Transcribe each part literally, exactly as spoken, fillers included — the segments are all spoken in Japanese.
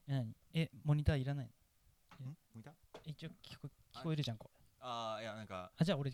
え何えモニターいらないの？ んモニター一応聞こ聞こえるじゃんこれ。 ああいやなんかあじゃあ俺いい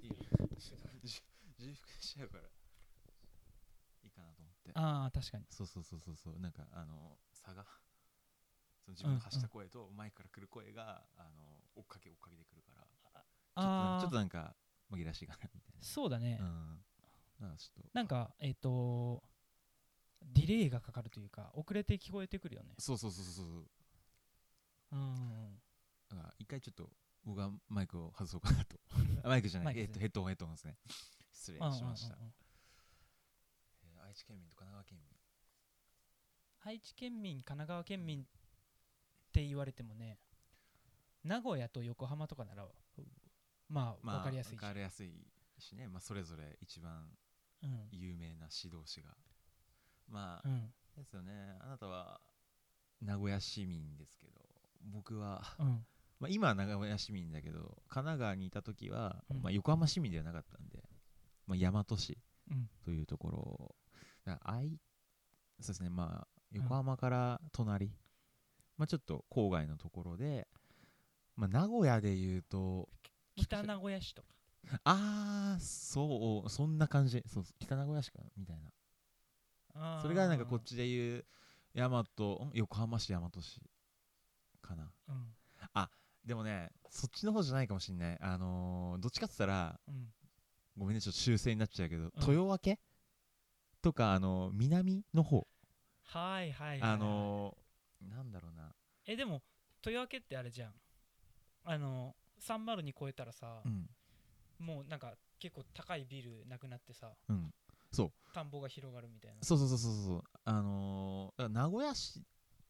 重複しちゃうからいいかなと思って。 ああ確かに。 そうそうそうそうそうなんかあの差がその自分の発した声と前から来る声が、あの追っかけ追っかけてくるからちょっとなんあちょっとなんか紛らわしいかなみたいそうだね。 な。うんなんかちょっとなんかえっ、とディレイがかかるというか遅れて聞こえてくるよね。 そうそうそうそうそううんだから一回ちょっと僕はマイクを外そうかなとマイクじゃない、えっとヘッドホンヘッドホンですね。失礼しました。 うんうんうんうん、 えー愛知県民と神奈川県民愛知県民神奈川県民って言われてもね、名古屋と横浜とかならまあまあ分かりやすいし、 分かりやすいしね、まあ、それぞれ一番うん有名な指導士がまあうんですよね。あなたは名古屋市民ですけど僕は、 うんまあ、今は名古屋市民だけど神奈川にいた時は、 うんまあ、横浜市民ではなかったんで、まあ、大和市うんというところだからあいそうですねまあ横浜から隣、まあ、ちょっと郊外のところで、まあ、名古屋でいうと北名古屋市とか。 ああそうそんな感じそう北名古屋市かみたいなあそれがなんかこっちでいう大和ん横浜市大和市かな。 うんあでもねそっちの方じゃないかもしんない。あのー、どっちかって言ったらうんごめんねちょっと修正になっちゃうけど、 うん豊分とかあのー、南の方はいはいはい、はい、 あのー、なんだろうなえでも豊明ってあれじゃん、あのさんまるに超えたらさ、 うんもうなんか結構高いビルなくなってさ、 うんそう田んぼが広がるみたいな。 そうそうそうそうそうあのー、だから名古屋市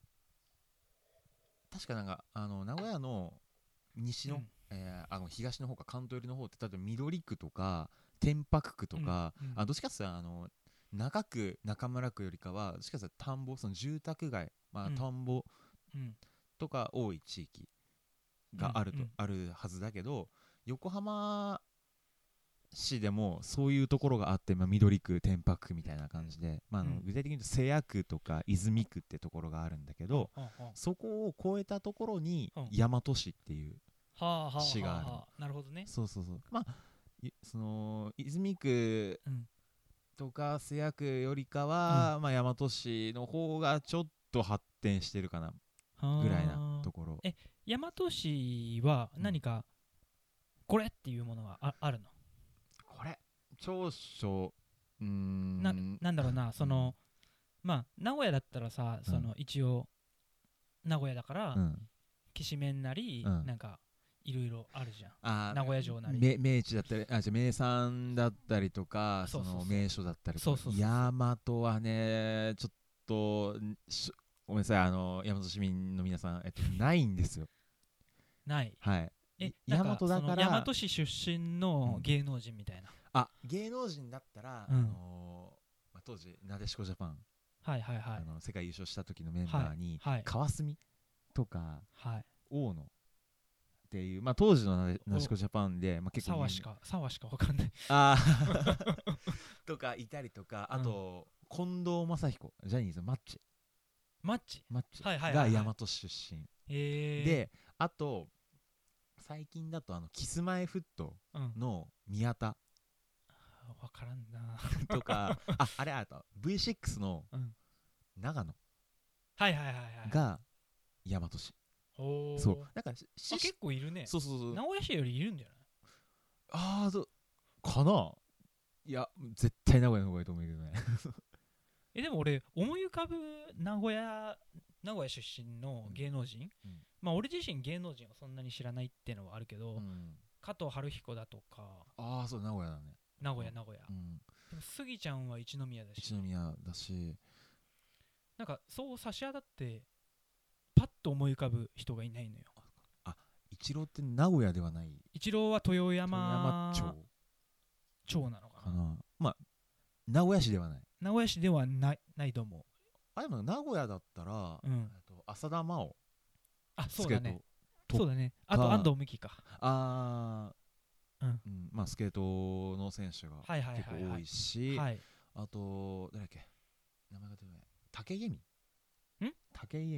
確かなんかあの名古屋の西の、 うんえーあの東の方か関東寄りの方って例えば緑区とか天白区とか、 うんうんあどっちかっていうとあの中区中村区よりかはどっちかっていうと田んぼその住宅街、まあ、 うん田んぼうんとか多い地域があると、 うんあるはずだけど横浜市でもそういうところがあって、まあ、緑区天白区みたいな感じで、まあ、あのうん具体的に言うと瀬谷区とか泉区ってところがあるんだけど、 はあはそこを越えたところにうん大和市っていうあはあはあ市があるの。 はあ、なるほどね。 そうそうそうまあいその泉区うんとか瀬谷区よりかは、まあ、大和市の方がちょっと発展してるかなぐらいなところ。 え大和市は何かこれっていうものは あ, あるの？ これ長所うーんななんだろうな、そのまあ名古屋だったらさ、その一応名古屋だから、 うん、 きしめんなり、 うんなんかいろいろあるじゃん。 あ名古屋城なりめ名地だったりあじゃ名産だったりとかそうそうそうその名所だったりとかそうそうそうそう大和はねちょっとしごめんなさいあの大和市民の皆さん、えっと、ないんですよ。 ないはいえ大なんか和だからその大和市出身の芸能人みたいな、 あ芸能人だったら、 うんあのーまあ、当時なでしこジャパン、 はいはいはいあの世界優勝した時のメンバーに、 はいはい川澄とかはい大野っていう、まあ、当時のなでなでしこジャパンで、まあ、結構沢しか沢しかわかんないあとかいたりとかあと、うん、近藤真彦ジャニーズのマッチマッチマッチはいはいはい、はい、 が大和出身、 えー、 であと最近だとあのキスマイフットの宮田、 うん、分からんなとかああれあと ブイシックス の長野はいはいはいはいが大和市、 おそうだからし結構いるね。 そうそうそう名古屋市よりいるんじゃない？ ああそうかないや絶対名古屋の方がいいと思うけどねえでも俺思い浮かぶ名古屋名古屋出身の芸能人、うん、まあ俺自身芸能人をそんなに知らないっていうのはあるけど、うん、加藤晴彦だとかああそう名古屋だね名古屋名古屋、 うん、 でも杉ちゃんは一宮だし一宮だしなんかそう差し当たってパッと思い浮かぶ人がいないのよ。 あ一郎って名古屋ではない一郎は豊山山町町なのかなかなまあ名古屋市ではない名古屋市ではないないと思う。 あでも名古屋だったら、 うん、 と浅田真央あそうだねそうだねあと安藤美希かあー、うんうん、まあスケートの選手が結構多いし、 はい、 あと誰だっけ名前が出てない武井絵美ん武井絵美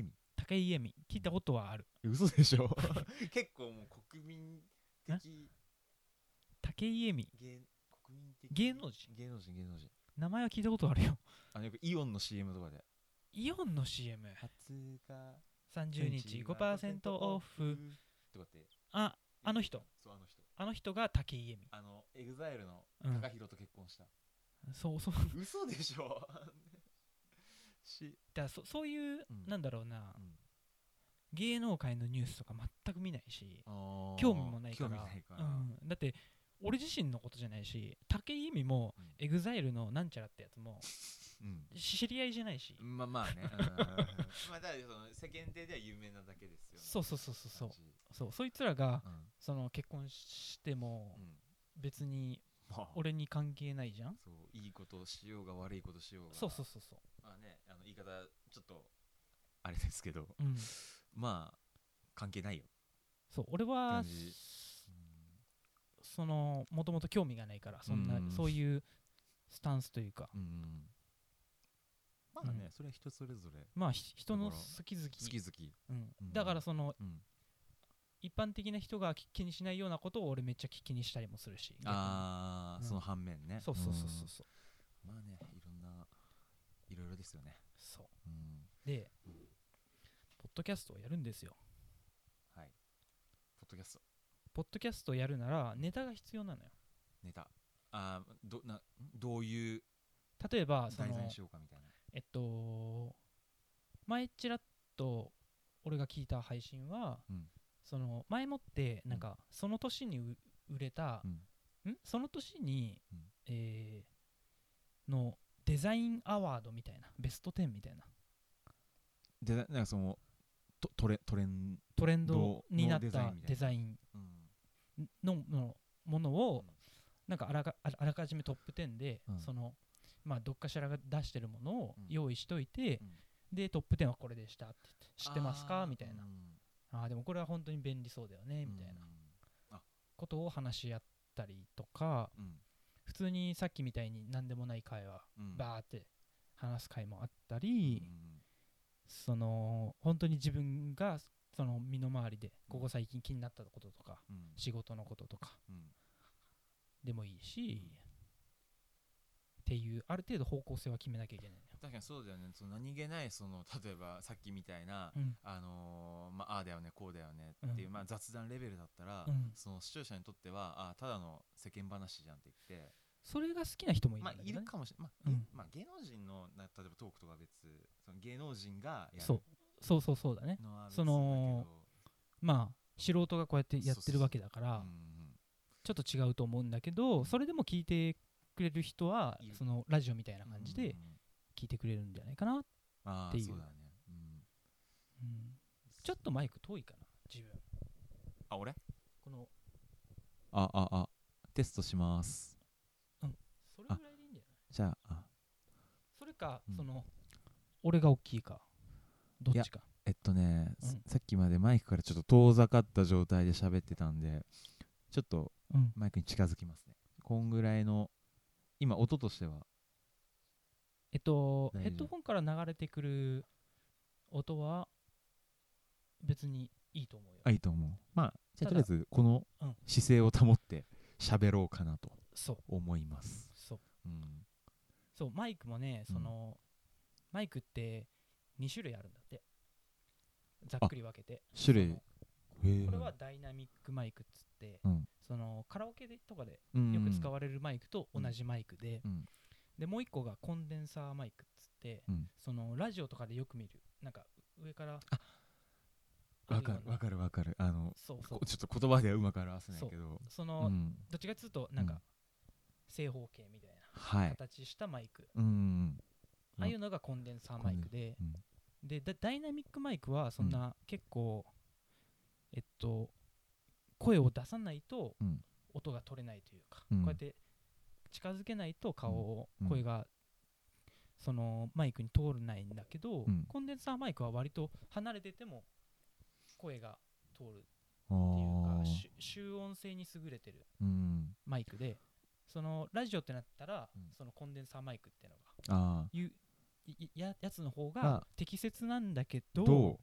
武井絵美聞いたことはある。 嘘でしょ結構もう国民的武井絵美芸国民的芸能人芸能人芸能人名前は聞いたことあるよ。 あのよくイオンの シーエム とかでイオンの シーエムはつかさんじゅうにち ごパーセント オフとかってああの人そうあの人あの人が武井絵美。 あのエグザイルのうん高弘と結婚した、 そうそう嘘でしょしだからそそういう、 うんなんだろうな、 うん芸能界のニュースとか全く見ないしあー興味もないから、 興味ないから、 うん、だって俺自身のことじゃないし武井絵美もうんエグザイルのなんちゃらってやつもうん知り合いじゃないし、 まあまあね、うんまあだからその世間体では有名なだけですよね。 そうそうそうそうそう感じそうそいつらがうんその結婚してもうん別にまあ俺に関係ないじゃん。 そういいことをしようが悪いことしようがそうそうそうそまあねあの言い方ちょっとあれですけどう、うん、 まあ関係ないよそう俺は感じそのもともと興味がないからそんな、 うんそういうスタンスというか、 うん、うん、まあね、 うんそれは人それぞれまあひ人のだから好き好き好き好き、 うんうんだからそのうん、 一般的な人がき気にしないようなことを俺めっちゃ気にしたりもするし、 ああ、 うんその反面ねそうそうそうそうそう、 うんまあねいろんないろいろですよねそううんで、 うんポッドキャストをやるんですよ。 はいポッドキャストポッドキャストをやるならネタが必要なのよ。 ネタあーどなどういう例えばその題材にしようかみたいなえっと前ちらっと俺が聞いた配信は、 うんその前もってなんかその年にう売れた、 うんんその年に、 うんえーのデザインアワードみたいなベストじゅうみたいなでなんかそのトトレトレントレンドになったデザインみたいなデザインうんののものを、 うんなんかあらかあらあらかじめトップじゅうで、 うんそのまあどっかしらが出してるものをうん用意しといて、 うんでトップじゅうはこれでしたって言って知ってますかあーみたいな、 うんああでもこれは本当に便利そうだよねみたいなうんあことを話し合ったりとか、 うん普通にさっきみたいに何でもない会話うんバーって話す会もあったうり、 んその本当に自分がその身の回りでここ最近気になったこととか、 うん仕事のこととかうんでもいいし、っていうある程度方向性は決めなきゃいけないのよ。 確かにそうだよねその何気ないその例えばさっきみたいな、 うんあのーまあああだよねこうだよねっていう、 うんまあ、雑談レベルだったら、 うんその視聴者にとってはあただの世間話じゃんって言ってそれが好きな人もいるんまあいるだけどね。 かもしれない、まあうんげまあ、芸能人のな例えばトークとか別その芸能人がやるそうそうそうそうだね。 のは別そのまあ素人がこうやってやってるわけだからだけどうんちょっと違うと思うんだけど、それでも聞いてくれる人はいるそのラジオみたいな感じでうんうんうん聞いてくれるんじゃないかな、 あっていうーそうだね、うん、 うんちょっとマイク遠いかな自分あ俺このあああテストしますそれぐらいでいいんじゃない？ じゃああそれか、 うんその俺が大きいかどっちか。 えっとね、 うんささっきまでマイクからちょっと遠ざかった状態で喋ってたんでちょっとうんマイクに近づきますねこんぐらいの今音としてはえっと大丈夫ヘッドホンから流れてくる音は別にいいと思うよ。 あいいと思うまあじゃあとりあえただずこのうん姿勢を保って喋ろうかなとそう思いますそううんそうマイクもねうんその、マイクってに種類あるんだってざっくり分けて。 種類そのへえこれはダイナミックマイクっつって、 うんそのカラオケでとかでうんよく使われるマイクと同じマイクで、 うんでもう一個がコンデンサーマイクっつって、 うんそのラジオとかでよく見るなんか上からわかるわるかるわかるあのそうそうこちょっと言葉ではうまく表せないけどその、 うんどっちかっていうとなんか、 うん正方形みたいなはい形したマイク、 うんああいうのがコンデンサーマイクで、 うんでダダイナミックマイクはそんな結構、えっと声を出さないとうん音が取れないというか、 うんこうやって近づけないと顔を、 うん声がそのマイクに通らないんだけど、 うんコンデンサーマイクは割と離れてても声が通るあっていうかーし集音性に優れてるうんマイクで、そのラジオってなったら、 うんそのコンデンサーマイクっていうのがあいういややつの方がが適切なんだけどーどう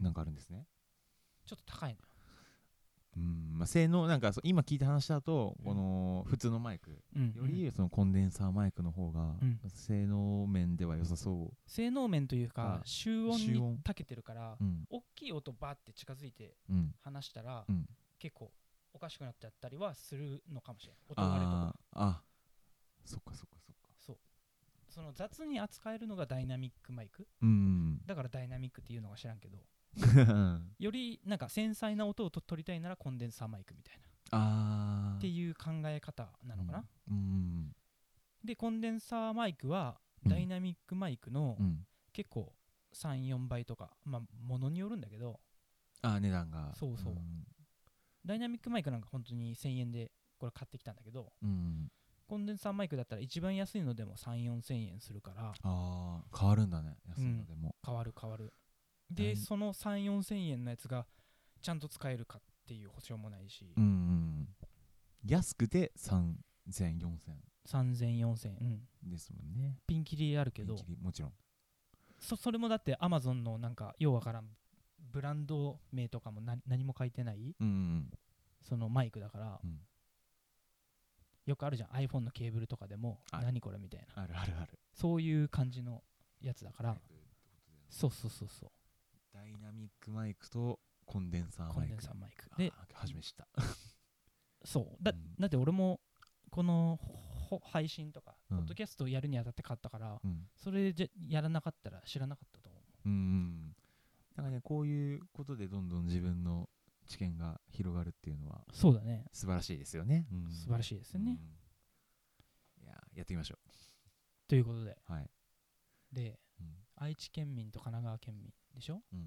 なんかあるんですね。 ちょっと高いのよ。 うんまあ、性能なんかそう今聞いた話だと、 うんこの普通のマイクうんよりそのコンデンサーマイクの方がうん性能面では良さそ性能面というかあ集音に集音長けてるから、 う。うん大きい音バーって近づいてうん話したら、 うん。 結構おかしくなっちゃったりはするのかもしれない。音割れとか。 あーあ、そっかそっかそっか。 そう。その雑に扱えるのがダイナミックマイク。 うんだからダイナミックっていうのか知らんけど、 うんよりなんか繊細な音をと取りたいならコンデンサーマイクみたいなあーっていう考え方なのかな。 うんうんでコンデンサーマイクはうんダイナミックマイクのうん。 結構さん、よんばいとか、まあものによるんだけど、 あー値段が。 そうそうんダイナミックマイクなんか本当にせんえんでこれ買ってきたんだけど、 うん。 コンデンサーマイクだったら一番安いのでもさん、よんせんえんするからああ変わるんだね、安いのでも。 変わる変わる。 ダイでそのさん、よんせんえんのやつがちゃんと使えるかっていう保証もないし、 うんうん。安くてさんぜん、よんせんさんぜん、よんせん、うん、 ですもんね。 ピンキリあるけど、 ピンキリもちろん。 そそれもだってアマゾンのなんかようわからんブランド名とかもな何も書いてないうんうんそのマイクだから、 うん。 よくあるじゃん iPhone のケーブルとかでもある何これみたいな、 あるあるある。 そういう感じのやつだから、 マイクってことだよね。 そうそうそうそう、 ダイナミックマイクとコンデンサーマイク。 コンデンサーマイクで、 あー初め知った。 そうだ、 うんだって俺もこのほ配信とか、 うんポッドキャストをやるにあたって買ったから、 うんそれじゃやらなかったら知らなかったと思う。 うんうん。なんかね、こういうことでどんどん自分の知見が広がるっていうのはそうだね、 素晴らしいですよね。うん、 素晴らしいですよね、 うんいややってみましょということで、 う。はい。 でうん愛知県民と神奈川県民でしょ、 うん、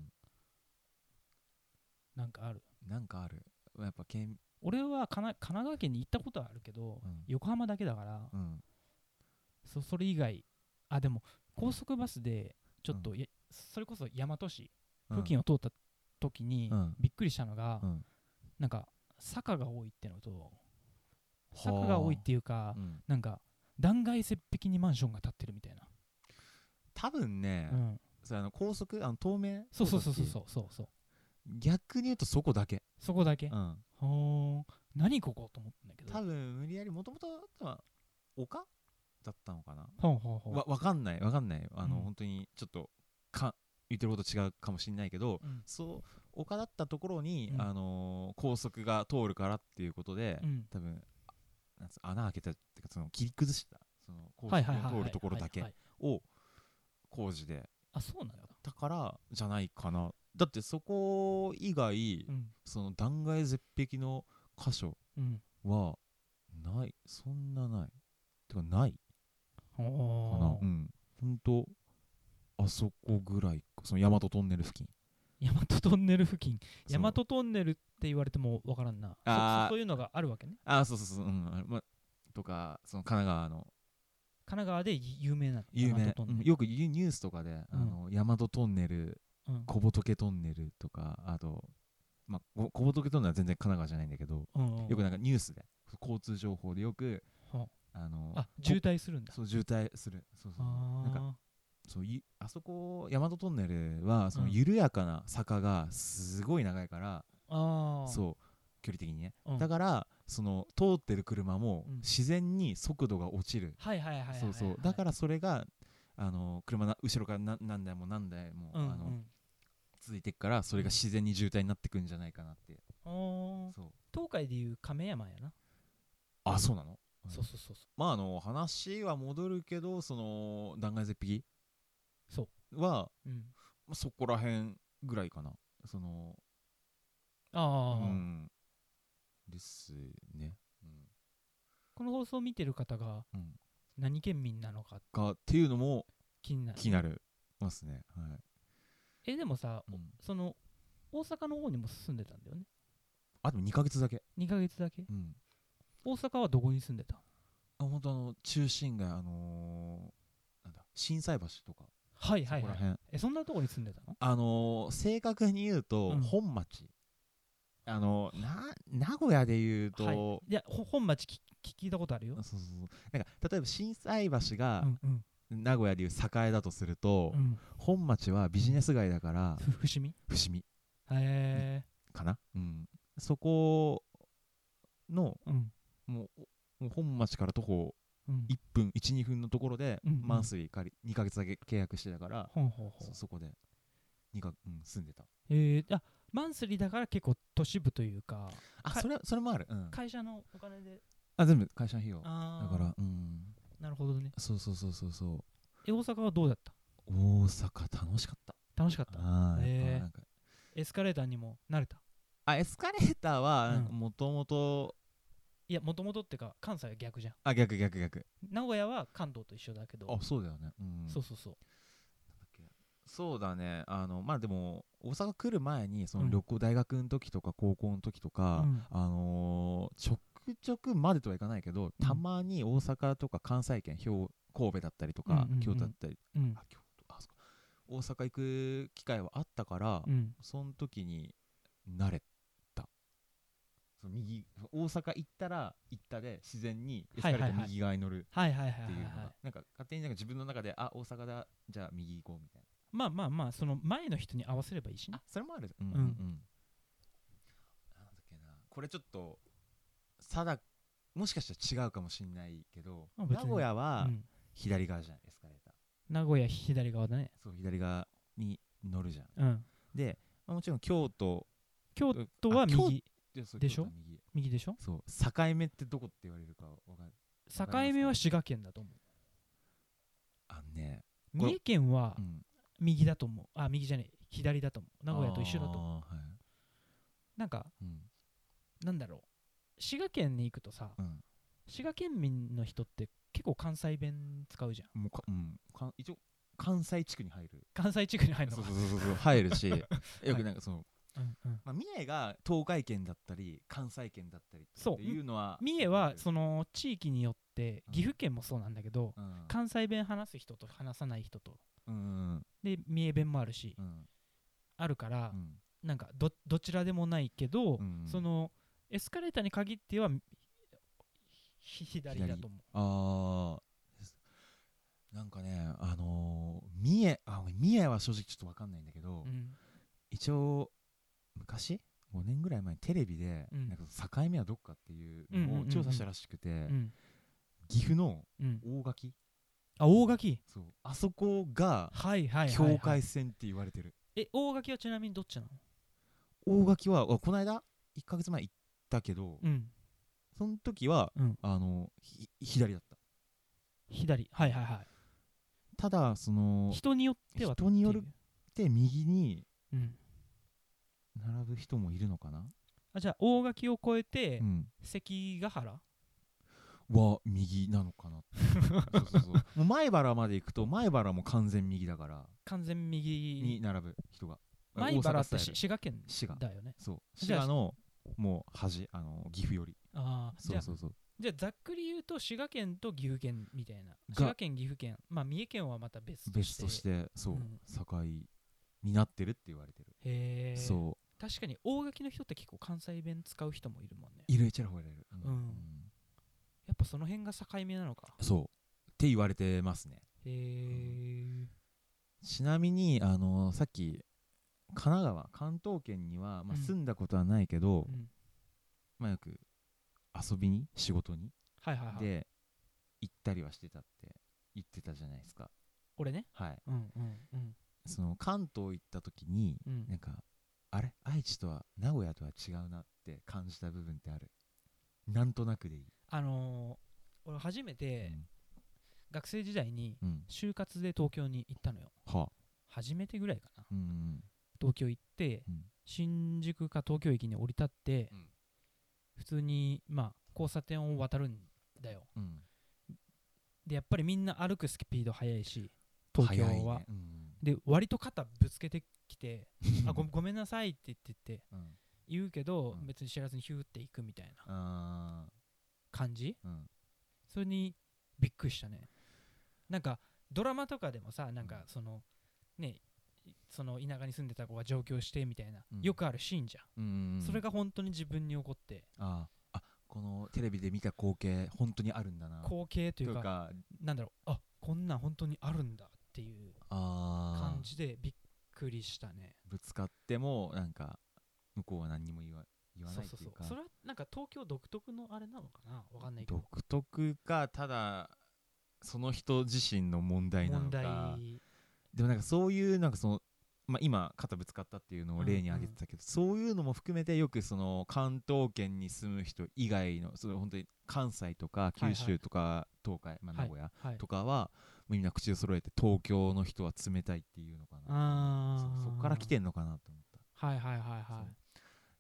なんかある。 なんかある。やっぱ県、 俺はかな神奈川県に行ったことはあるけど、 うん横浜だけだから、 うんそそれ以外、あでも高速バスでちょっと、 うんやそれこそ大和市うん付近を通った時に、 うんびっくりしたのが、 うんなんか坂が多いってのと、坂が多いっていうか、 うんなんか断崖絶壁にマンションが建ってるみたいな、 多分ね、 うん、 それあの高速あの東名そうそうそうそううそうそうそう、 逆に言うとそこだけ、 そこだけ、 うん、 ほー何ここと思ったんだけど、 多分無理やりもともとは丘だったのかな。 ほうほうほう、 わわかんないわかんないあの、 うん本当にちょっとか言ってること違うかもしれないけど、 うんそう丘だったところに、 うんあのー高速が通るからっていうことで、 うん、 多分なんつ穴開けたっていうかその切り崩したその高はいはいはいはい速の通るところだけはいはいを工事であそうなんだ、 だからじゃないかな。だってそこ以外、 うんその断崖絶壁の箇所うん、 はないそんなないてかないかな。 おーうんほんとあそこぐらいか、その大和トンネル付近。 大和トンネル付近、 そう大和トンネルって言われてもわからんな、 あーそそそういうのがあるわけね。 あそうそうそううんあまとかその神奈川の神奈川で有名なの有名、 大和トンネル、 うんよくニュースとかで、あの大和トンネルうん小仏トンネルとか、あとまあこ小仏トンネルは全然神奈川じゃないんだけど、 うんうんよくなんかニュースで交通情報でよくはあのあこ渋滞するんだ。 そう渋滞するそうそうそうなんかあそういあそこ大和トンネルはそのうん緩やかな坂がすごい長いから、 ーあー、 そう距離的にね、 うんだからその通ってる車もうん自然に速度が落ちる、 はいはいはいはいはい、 そうそうだからそれがあの車な後ろからな何台も何台も、 うんうん、 あの続いていくからそれが自然に渋滞になってくんじゃないかなって、 おーそう東海でいう亀山やな、 あそうなの、うんそうそうそうそまああの話は戻るけどその断崖絶壁うそう、 は、 うん、 まあ、そこら辺ぐらいかなそのああ、 うんですね、うんこの放送を見てる方がうん、 何県民なのかがっていうのも気になる。 気になるますね、はい、 えでもさ、 うん、 その大阪の方にも住んでたんだよね、 あでもにかげつだけ、 にかげつだけ。 うん、 大阪はどこに住んでた？ あ本当あの中心街あのー、なんだ心斎橋とかはいはいはい。 そこら辺、 えそんなとこに住んでたの？ あのー、正確に言うと、 うん本町あのな名古屋で言うと、 はい、いやほ本町き聞いたことあるよ。 そうそうそうなんか例えば心斎橋が、 うんうん名古屋でいう栄だとすると、 うん、 本町はビジネス街だからふ伏見伏見へかな、うん、そこの、 ーうんもうもう本町から徒歩うんいっぷん いち,に 分のところで、 うんうんマンスリー借りにかげつだけ契約してたから、 ほんほんほんそ, そこでにか、うん、住んでた。 えー、あマンスリーだから結構都市部というかかあそれそれもある、うん、 会社のお金であ全部会社費用だあから、うん、 なるほどね。 そうそうそうそうそう。 え大阪はどうだった？ 大阪楽しかった。 楽しかった？ あーへーやっぱなんかエスカレーターにも慣れた？ あエスカレーターはうんもともといやもともとってか関西は逆じゃん。 あ逆逆逆名古屋は関東と一緒だけどあそうだよね、うん、 そうそうそうそうだね。あのまあでも大阪来る前にそうんの旅行、大学の時とか高校の時とか、 うんあのーちょくちょくまでとはいかないけど、たまに大阪とか関西圏、兵神戸だったりとか、 うんうんうん京都だったり、 うんあ京都あそこ大阪行く機会はあったから、 うんその時に慣れた。その右大阪行ったら行ったで自然にエスカレーター右側に乗るはいはいはいはいっていうのはいがなんか勝手になんか自分の中であ大阪だじゃあ右行こうみたいな。 まあまあまあその前の人に合わせればいいしね。 あそれもある。うんうんううんん。なんだっけなこれちょっとさだもしかしたら違うかもしれないけど、 あ別に名古屋はうん左側じゃんエスカレーター。 名古屋左側だね。 そう左側に乗るじゃん。 うんで、まあ、もちろん京都京都はあ京右でそうでしょ京都は右右でしょ。 そう境目ってどこって言われるかわかる。 境目は滋賀県だと思う。 あのねこれ三重県はうん右だと思う。あ右じゃねえ左だと思う。名古屋と一緒だと思う。 あーはいなんかうんなんだろう滋賀県に行くとさうん滋賀県民の人って結構関西弁使うじゃん。 もうかうんか一応関西地区に入る。 関西地区に入るのかそうそうそうそう入るしよくなんかその、 うんうんまあ、三重が東海圏だったり関西圏だったりそうっていうのは三重はその地域によってうん岐阜県もそうなんだけど、 うん関西弁話す人と話さない人とうんうんで三重弁もあるし、 うんあるから、 うんなんか ど, どちらでもないけど、 うんそのエスカレーターに限ってはひ左だと思う。 あーなんかねあのー、三重あ三重は正直ちょっと分かんないんだけど、 うん一応昔ごねんぐらい前にテレビで、 うんなんか境目はどっかっていうのうんうんうんうんを調査したらしくて、 うん岐阜のうん、 大垣あ大垣そうあそこがはいはいはい、はい、 境界線って言われてる。 え大垣はちなみにどっちなの？ 大垣はあこの間いっかげつまえ行ったけど、 うんその時はうんあのひ左だった。 左はいはいはいただその人によっては人によるっていうで右にうん並ぶ人もいるのかな。 あじゃあ大垣を越えて、 うん関ヶ原は右なのかなそうそうそうもう前原まで行くと前原も完全右だから完全右に並ぶ人が前原って大阪スタイル滋賀県滋賀だよね。 そうじゃあ滋賀のもう端あの岐阜よりああじゃあそうそうそうじゃあざっくり言うと滋賀県と岐阜県みたいなが滋賀県岐阜県まあ三重県はまた別として別としてそう、 うん境になってるって言われてる。 へえそ確かに大垣の人って結構関西弁使う人もいるもんね。 ういるちらほらいる、 うんやっぱその辺が境目なのか。 そうって言われてますね。 へえちなみにあのさっき神奈川関東圏には、まあ、 うん住んだことはないけど、 うんまあ、よく遊びに仕事にはいはいはいで行ったりはしてたって言ってたじゃないですか。 俺ねはいうんうんうんその関東行った時に、 うんなんかあれ愛知とは名古屋とは違うなって感じた部分ってある？なんとなくでいい。 あのー俺初めて学生時代にうん、うん、 就活で東京に行ったのよ。 はあ、 初めてぐらいかな。 うん東京行ってうん新宿か東京駅に降り立ってうん普通にまあ交差点を渡るんだよ。 うんでやっぱりみんな歩くスピード速いし東京は、 早いねうんで割と肩ぶつけてきてあ ご, ごめんなさいって言ってってうん言うけど、 うん別に知らずにヒューって行くみたいなあ感じ。 ーうんそれにびっくりしたね。なんかドラマとかでもさなんかそのねその田舎に住んでた子が上京してみたいな、 うんよくあるシーンじゃん、 うんそれが本当に自分に起こってあーあこのテレビで見た光景本当にあるんだな光景というかというかなんだろうあこんなん本当にあるんだっていう感じでびっくりしたね。 ぶつかってもなんか向こうは何にも言わ言わないっていうか、 そうそうそう、それはなんか東京独特のあれなのかな、わかんないけど、 独特かただその人自身の問題なのか。 問題。 でもなんかそういうなんかその、まあ、今肩ぶつかったっていうのを例に挙げてたけど、うんうん、そういうのも含めてよくその関東圏に住む人以外のその本当に関西とか九州とか東海、まあ、名古屋とかはみんな口を揃えて東京の人は冷たいっていうのかな、 あそ, そこから来てんのかなと思った。 はいはいはいはい。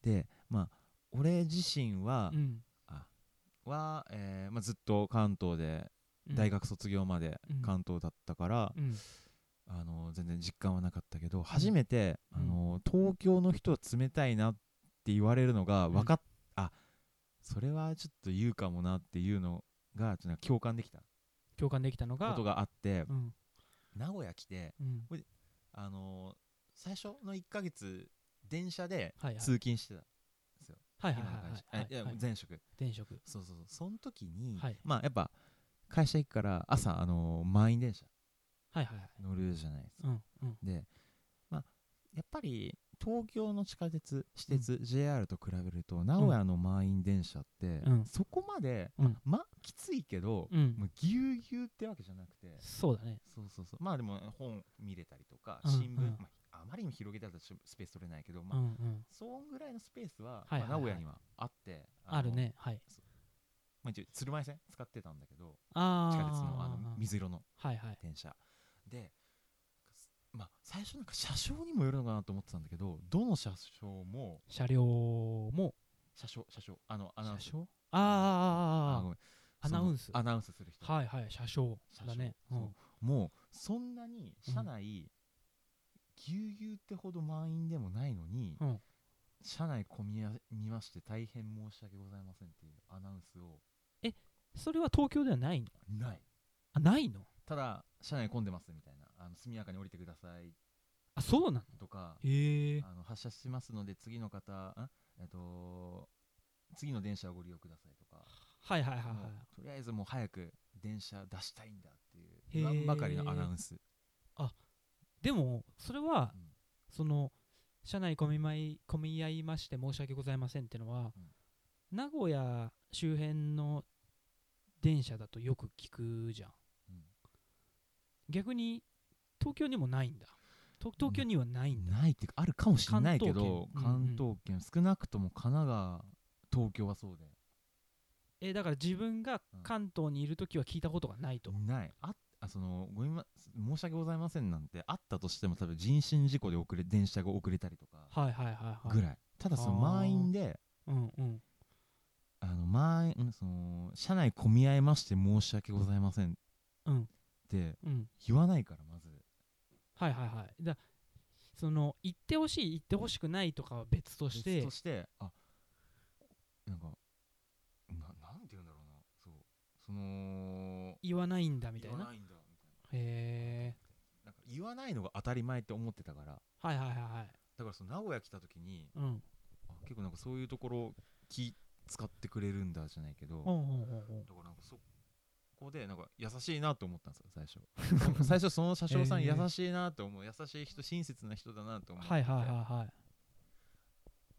でまあ俺自身は、 うん、 あは、えーまあ、ずっと関東で大学卒業まで関東だったから、うんうん、あの全然実感はなかったけど、初めて、うん、あの東京の人は冷たいなって言われるのが分かっ、うん、あそれはちょっと言うかもなっていうのがちょっと共感できた共感できたのがことがあって、 うん、 名古屋来て、うん、あの最初のいっかげつ電車で通勤してたんですよ。 はいはいはいはい、 いや前職前職そうそうそう、その時に、 はい、 まあやっぱ会社行くから朝、あのー、満員電車はいはいはい乗るじゃないですか、 うんうん、 で、まあ、やっぱり東京の地下鉄私鉄、うん、ジェイアール と比べると名古屋の満員電車って、うん、そこまで、うん、まあきついけど、うん、もうぎゅうぎゅうってわけじゃなくて、 そうだね、 そうそうそう、まあでも本見れたりとか、うん、新聞、うん、まあ、あまりにも広げたらスペース取れないけど、まあ、うんうん、そんぐらいのスペースは、はいはいはい、まあ、名古屋にはあって、 あるね、はい、 まあ、一応鶴舞線使ってたんだけど、 あ地下鉄のあの水色のはいはい電車、で、まあ、最初なんか車掌にもよるのかなと思ってたんだけど、どの車掌も車両も車掌車掌あのアナウンス、 車掌ああアナウンスアナウンスする人、 はいはい、車掌だね、 うん、もうそんなに車内、ぎゅうぎゅうってほど満員でもないのに、うん、車内混みみまして大変申し訳ございませんっていうアナウンスを。 え、それは東京ではないの？ ない。 あ、ないの？ ただ車内混んでますみたいな、あの速やかに降りてください。 あ、そうなの？ とか、 へえ。 あの発車しますので次の方、んえっと次の電車をご利用くださいとか。 はいはいはいはい。 とりあえずもう早く電車出したいんだっていう言わんばかりのアナウンス。 あ、でもそれは、うん、その車内混みまい混み合いまして申し訳ございませんってのは、うん、名古屋周辺の電車だとよく聞くじゃん、うん、逆に東京にもないんだ。東京にはないんだ。 ないっていうかあるかもしれないけど、関東圏、うんうん、少なくとも神奈川東京はそうで、 えー、だから自分が関東にいるときは聞いたことがないと、 うん、ないああそのごめん、ま、申し訳ございませんなんてあったとしても多分人身事故で遅れ電車が遅れたりとかはいはいはいはいぐらい。ただその満員で、 うんうん、 あの満員その車内混み合いまして申し訳ございませんって言わないから、まず、 はいはいはい。だその言ってほしい言ってほしくないとかは別として別としてあなんかななんて言うんだろうな、そうその言わないんだみたいな、 言わないんだみたいな、へえ。 なんか言わないのが当たり前って思ってたから、 はいはいはいはい。 だからその名古屋来た時に、 うん、 あ結構なんかそういうところ気使ってくれるんだじゃないけど、 うんうんうんうん、だからなんかそこでなんか優しいなと思ったんですよ最初最初その車掌さん優しいなと思う、優しい人親切な人だなと思って、 はいはいはいはい。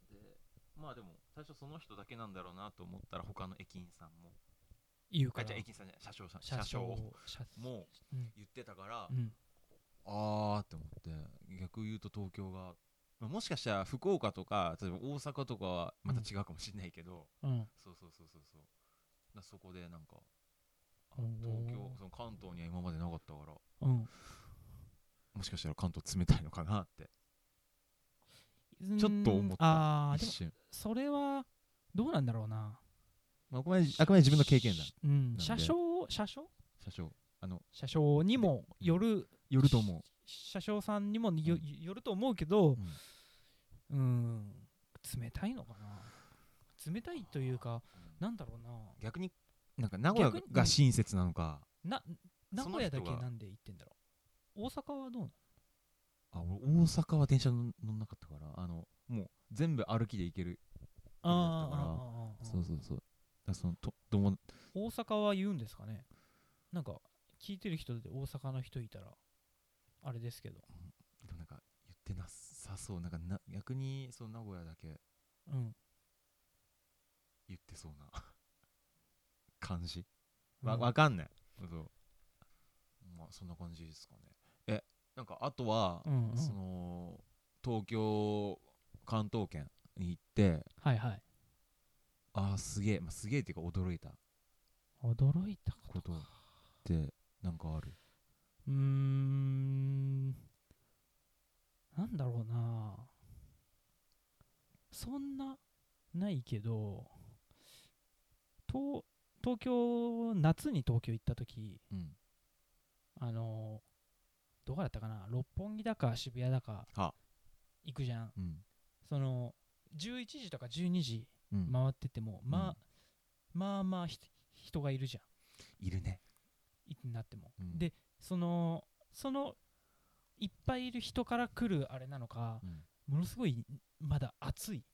でまあでも最初その人だけなんだろうなと思ったら他の駅員さんも言うから、 あじゃあ駅員さんじゃない車掌さん車掌も言ってたから、 うん、 あーって思って、逆言うと東京が、まあ、もしかしたら福岡とか例えば大阪とかはまた違うかもしれないけど、 うん、 そうそうそうそうそうだそこでなんか東京その関東には今までなかったから、うん、もしかしたら関東冷たいのかなってちょっと思った。 あ一瞬それはどうなんだろうな、 まあ、あくまであくまで自分の経験だ、 うん、車掌車掌車掌あの車掌にもよるよると思う、 車掌さんにも よ,、うん、よると思うけど、うん、うん冷たいのかな、冷たいというか、うん、なんだろうな、 逆になんか名古屋が親切なのか、 な名古屋だけなんで行ってんだろう。大阪はどうなの？ あ俺大阪は電車乗んなかったから、あのもう全部歩きで行けるあだったから、そうそうそうだそのとども大阪は言うんですかね、なんか聞いてる人で大阪の人いたらあれですけど、 でもなんか言ってなさそう。なんかな逆にそう名古屋だけうん言ってそうな感じ。わ、 うんわかんない。そうまあそんな感じですかね。えなんかあとは、 うんうん、 その東京関東圏に行ってはいはい、 あーすげえ、まあ、すげえっていうか驚いた驚いたこことか。 ってなんかある？ うーん、なんだろうな、そんなないけど、東東京、夏に東京行った時、 うんあのどこだったかな、六本木だか渋谷だかは行くじゃん。 うんそのじゅういちじとかじゅうにじうん回ってても、まあ、 うんまあまあひ人がいるじゃん、 いるね。 いつになっても、 うんでそのそのいっぱいいる人から来るあれなのか、 うんものすごいまだ暑い、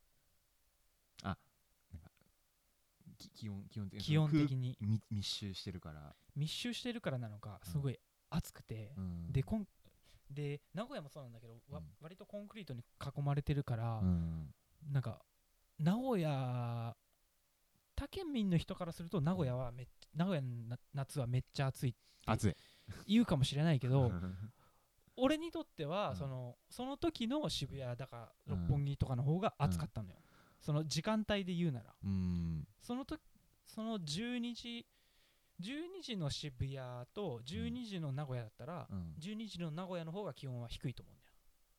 き気温基本的に気温的に空み密集してるから。 密集してるからなのか、すごい暑くて、 うんでこんで名古屋もそうなんだけど、わうん割とコンクリートに囲まれてるから、 うんなんか名古屋他県民の人からすると名古屋はめっ名古屋のな夏はめっちゃ暑いって暑い言うかもしれないけど俺にとっては、 うんそのその時の渋谷だかうん六本木とかの方が暑かったのよ、その時間帯で言うなら、 うんその時そのじゅうにじじゅうにじの渋谷とじゅうにじの名古屋だったら、 うんじゅうにじの名古屋の方が気温は低いと思うんだよ。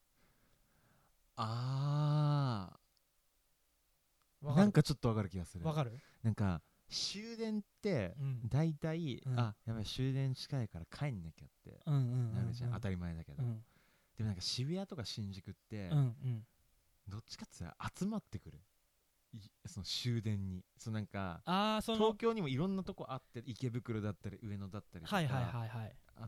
あーわかるなんかちょっとわかる気がする。 わかるなんか終電ってうんだいたい、 うんあやばい終電近いから帰んなきゃってうんうんうんなるじゃん、 うん当たり前だけど、 うんでもなんか渋谷とか新宿って、 うんうんどっちかって言ったら集まってくる、いその終電に。そのなんかああその東京にもいろんなとこあって、池袋だったり上野だったりとかはいはいはいはいあって、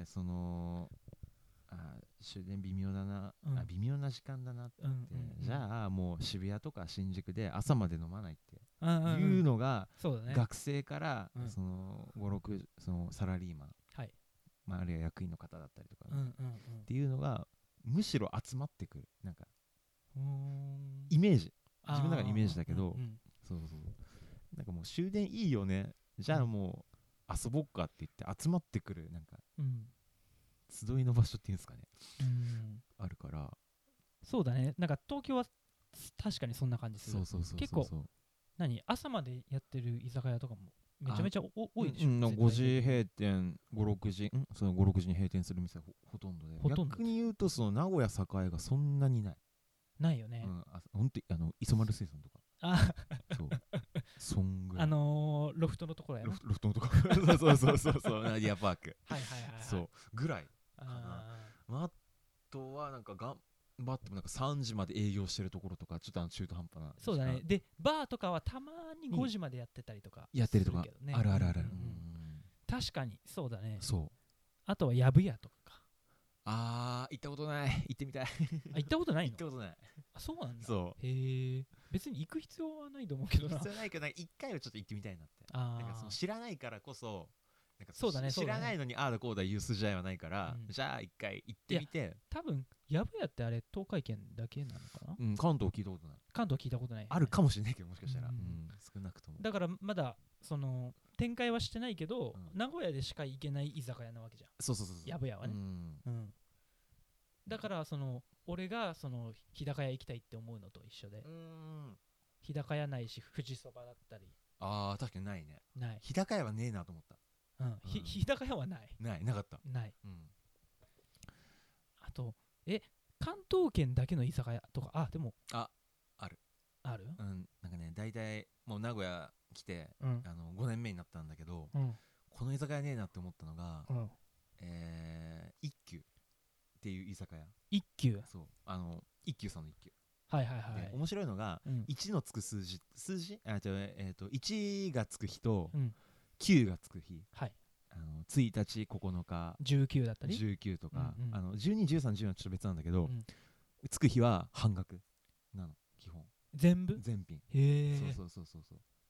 そのあ終電微妙だな、 うんあ微妙な時間だなって、 うんうんうんじゃあもう渋谷とか新宿で朝まで飲まないってうんうんうんいうのが、 そうだね学生から、 うんそのご、ろくそのサラリーマン、 はいまあ、あるいは役員の方だったりとか、 うんうんっていうのがむしろ集まってくる、なんかうんうーんイメージ、自分の中のイメージだけど、 あーうんうんそうそうそうなんかもう終電いいよね、じゃあもう遊ぼっかって言って集まってくる、なんかうん集いの場所っていうんですかね、 うんあるから。 そうだね、なんか東京は確かにそんな感じする。 そうそうそうそう結構何朝までやってる居酒屋とかもめちゃめちゃお多いでしょ、 うん、 絶対ごじ閉店、ご、ろくじ、んそのご、ろくじに閉店する店は ほ, ほとんどで、 ほとんど逆に言うとその名古屋栄がそんなにない。 ないよね、 うん、あほんとあの磯丸水産とか、 あそう、そんぐらい。 あのー、ロフトのところやなロフロフトのとこそうそうそうそうそう、ナディアパーク。 はいはいはい、はい、 そう、ぐらい。 ああとはなんか頑張ってもなんかさんじまで営業してるところとか、ちょっとあの中途半端な。 そうだね。でバーとかはたまにごじまでやってたりとかやってるとかすけどね、 あるあるある。 ううんんうん確かにそうだね。 そう。 あとはやぶやとかか。 あー、行ったことない。行ってみたい。 あ行ったことないの行ったことない。 あそうなんだ。 そう。 へえ。別に行く必要はないと思うけどな。 必要ないけど、一回はちょっと行ってみたいなって。 あなんかその知らないからこそ、なんかそうだねしそうだね知らないのにああだこうだ言う筋合いはないから、 うんじゃあ一回行ってみて。 多分やぶやってあれ東海圏だけなのかな、 うん、関東聞いたことない。 関東聞いたことないよね、 あるかもしれないけど、もしかしたら。 ううんん、少なくとも。 だからまだその展開はしてないけど、 うん名古屋でしか行けない居酒屋なわけじゃん、 そうそうそうそう。 やぶやはね、 うん。 うん、だからその俺がその日高屋行きたいって思うのと一緒で、 うん。 日高屋ないし富士そばだったりああ、確かにないね。 ない、 日高屋はねえなと思った。 うんひうん日高屋はないない、なかった。 ない。 うん。 あとえ関東圏だけの居酒屋とかあでもあ、ある。 あるうん、なんかね、大体、もう名古屋来て、 うんあのごねんめになったんだけど、 うんこの居酒屋ねえなって思ったのが、 うんえー、一休っていう居酒屋。 一休そう、あの、一休さんの一休。 はいはいはいで面白いのが、 うんいちのつく数字、数字あ、じゃあえっと、いちがつく日とうんきゅうがつく日、 はいあのついたち、ここのか、 じゅうきゅうだったりじゅうくとか、 うんうんあのじゅうに、じゅうさん、じゅうよんはちょっと別なんだけど、 うんつく日は半額なの、基本。 全部全品。 へえそうそうそうそうそう。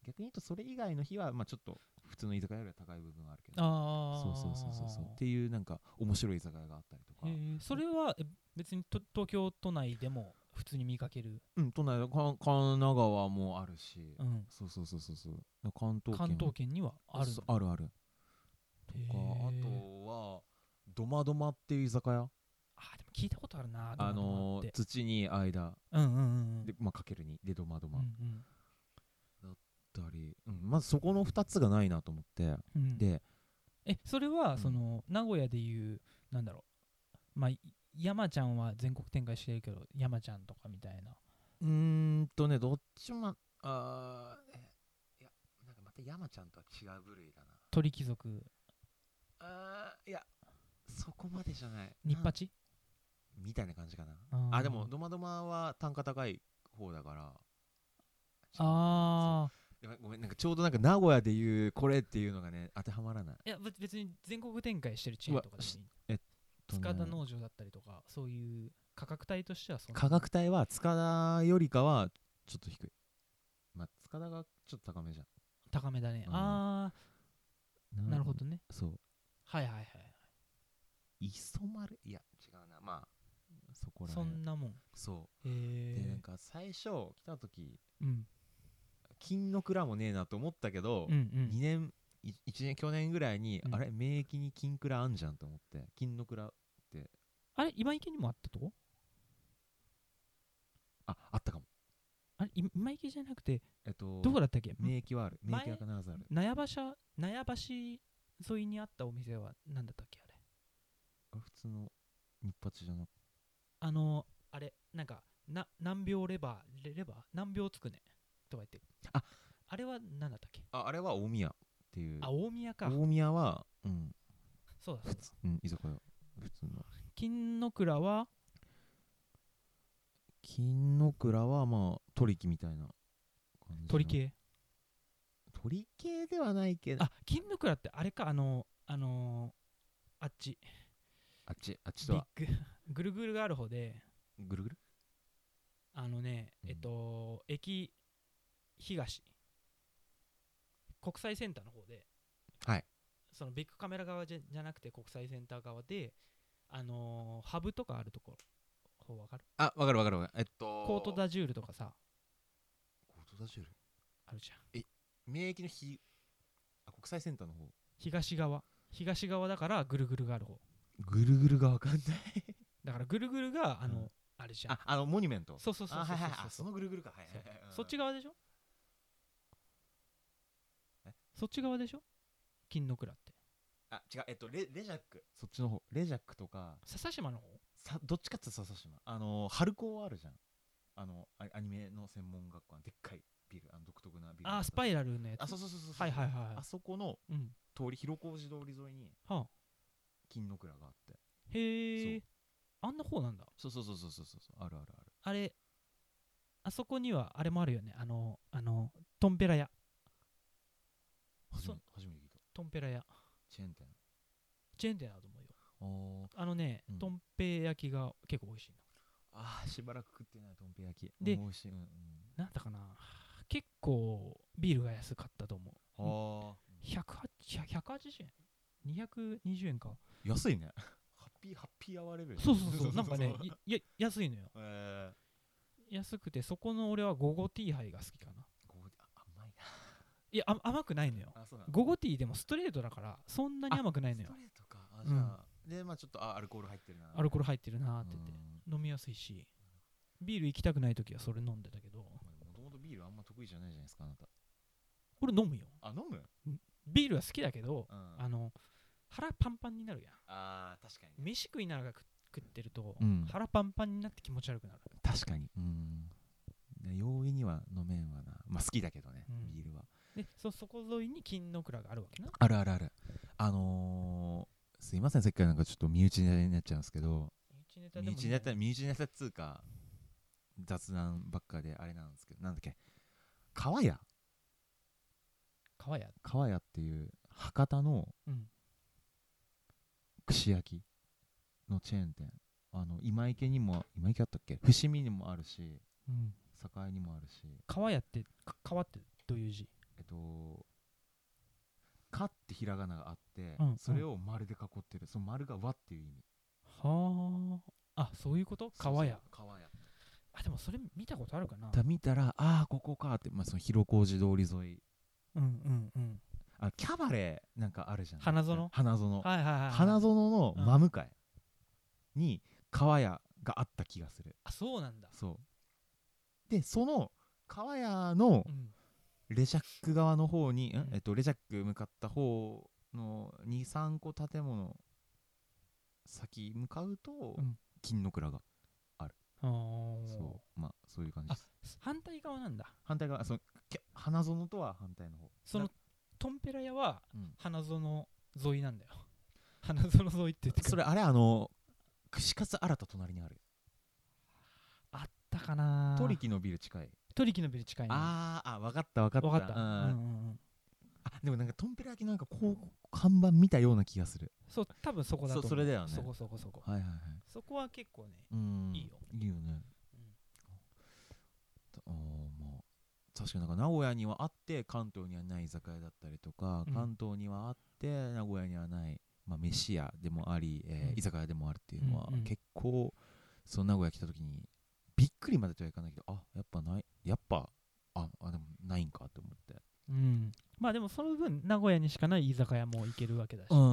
逆に言うとそれ以外の日はまあちょっと普通の居酒屋よりは高い部分はあるけど、 ああそうそうそうそうそうっていうなんか面白い居酒屋があったりとか、 えー、それはえ別にと東京都内でも普通に見かける。 うん、都内か神奈川もあるし、 うん、 そうそうそうそうそう関東圏関東圏にはあるの。 あるあるとか、あとはドマドマっていう居酒屋、 あでも聞いたことあるな、 あのー、土に間、 うんうんうんうんで、まあ、かけるにでドマドマ、 うんうんだったり、うん、まずそこのふたつがないなと思って、 うん、 でえそれは、 うんその名古屋でいうなんだろう、まあ山ちゃんは全国展開してるけど山ちゃんとかみたいな。 うーんとねどっちもあーいやなんかまた山ちゃんとは違う部類だな。 鳥貴族、 あーいやそこまでじゃない、 日八みたいな感じかな。 ああでもドマドマは単価高い方だから、 あでもごめんなんかちょうどなんか名古屋でいうこれっていうのがね当てはまらない。 いや別別に全国展開してるチェーンとかでもいい。 えっとね塚田農場だったりとかそういう価格帯としてはそんな価格帯は塚田よりかはちょっと低い。まあ塚田がちょっと高めじゃん。 高めだね、 うん、 ああなるほどね。 そうはいはいはい。 磯丸いや違うな、まあそこらそ辺んなもん。 そうへえ。 でなんか最初来た時うん金の蔵もねえなと思ったけど、 うんうんにねんいちねん去年ぐらいに、 うん、 あれ名駅に金蔵あんじゃんと思って金の蔵ってあれ今池にもあったとこ？ ああったかも。 あれい今池じゃなくてえっとどこだったっけ？ 名駅はある、名前駅は必ずある。 納屋橋納屋橋沿いにあったお店は何だったっけあれ？ あれ普通の日八じゃなくあのあれなんかな難病レバーレレバー難病つくねとか言って、 ああれは何だったっけ？ ああれは大宮っていう、 あ大宮か。 大宮はうんそうだそうだ。 うん居酒屋普通の金の蔵は金の蔵はまあ鳥木みたいな感じの鳥系。 鳥系ではないけど、 あ金の蔵ってあれか、あのあのーあっちあっちあっちビッとはグぐるぐるがある方で、 ぐるぐるあのね、 うんえっと駅東国際センターの方で、 はいそのビッグカメラ側じゃ、じゃなくて国際センター側で、あのーハブとかあるところ、方わかる？ あわかるわかるわかるえっとコートダジュールとかさコートダジュールあるじゃん。 名駅のひあ国際センターの方東側東側だからぐるぐるがある方ぐるぐるがわかんないだからぐるぐるがあの、 うんあれじゃん。 ああのモニュメントそうそうそうあそうそうはいはいはいあそのぐるぐるかはいはいはいそっち側でしょ？ えそっち側でしょ？金の蔵ってあ違うえっとレレジャックそっちの方レジャックとか笹島の方？ さどっちかって笹島あの春高あるじゃんあのアアニメの専門学校のでっかいビルあの独特なビルあースパイラルのやつ。 あそうそうそうそうはいはいはいはいあそこのうん通り広小路通り沿いにはあ金の蔵があってへえあんな方なんだ。 そうそうそうそうそうそうあるあるあるあれあそこにはあれもあるよね、あのあのトンペラ屋。そ初め初めて聞いたトンペラ屋チェーン店チェーン店だと思うよ。 あーあのね、 うんトンペ焼きが結構美味しいあーしばらく食ってないとんぺ焼きでうん美味しいうんうんの。なんだかな、結構ビールが安かったと思う。 あひゃくはちひゃくはちじゅうえんにひゃくにじゅうえんか。 ー安いねハッピーハッピーアワーレベルそうそうそうなんかねいや安いのよ。 えー安くてそこの俺はゴゴティーハイが好きかな。 こうあ甘いいやあ甘くないのよ。 なあそうなのゴゴティーでもストレートだからそんなに甘くないのよスト。レートかあじゃあ、でまあちょっとあアルコール入ってるなアルコール入ってるなーって言ってうん飲みやすいし、ビール行きたくない時はそれ飲んでたけど、 もともとビールあんま得意じゃないじゃないですかあなたこれ飲むよ。 あ飲むビールは好きだけど、 うんあの腹パンパンになるやん。 あー確かにね飯食いながら食食ってると、 うん腹パンパンになって気持ち悪くなる。 確かにうんね容易には飲めんわなまあ好きだけどね、 うんビールはで そ, そこ沿いに金の蔵があるわけな。 あるあるあるあのー、すいませんさっきからなんかちょっと身内ネタになっちゃうんですけど身内ネタでもいい身内ネタ身内ネタっつうか雑談ばっかであれなんですけどなんだっけ川屋川屋。 川屋っていう博多のうん串焼きのチェーン店あの今池にも今池あったっけ伏見にもあるしうん。 栄にもあるし川屋ってか川ってどういう字？ えっとかってひらがながあって、 うんうん、 それを丸で囲ってる。その丸が和っていう意味。 はあ。あ、そういうこと？川屋。 川屋。 あ、でもそれ見たことあるかな。 だ見たら、ああここかって、まあ、その広小路通り沿い。 うんうんうん。 あ、キャバレーなんかあるじゃん。 花園。 花園。 はいはいはい、はい。 花園の真向かいに川屋があった気がする。 あ、そうなんだ。 そうで、その川屋のレジャック側の方に、うん、えっと、レジャック向かった方のにさんこ建物先向かうと、うん、金の蔵がある。あ、そう、まあそういう感じです。 あ、反対側なんだ。 反対側、その花園とは反対の方。 そのトンペラ屋は花園沿いなんだよ、うん、花園沿いって言ってくる。 それあれ、あの串カツ新た隣にある。 あったかな。 トリキのビル近い。 トリキのビル近いね。 あーあ、分かった分かった。 分かった。うんうんうん。 あ、でもなんかトンペラ焼きなんかこう看板見たような気がする。 そう、多分そこだと思う。 そ, それだよね。 そこそこそこ。 はいはいはい。 そこは結構ね、 うん、 いいよ。 いいよね。うん、あ、まあ確かになんか名古屋にはあって関東にはない居酒屋だったりとか、うん、関東にはあって名古屋にはない、まあ、飯屋でもあり、えーうん、居酒屋でもあるっていうのは、うんうん、結構その名古屋来た時にびっくりまでとはいかないけど、あ、やっぱない、やっぱああでもないんかと思って、 うん、まあでもその分名古屋にしかない居酒屋も行けるわけだし、 うん、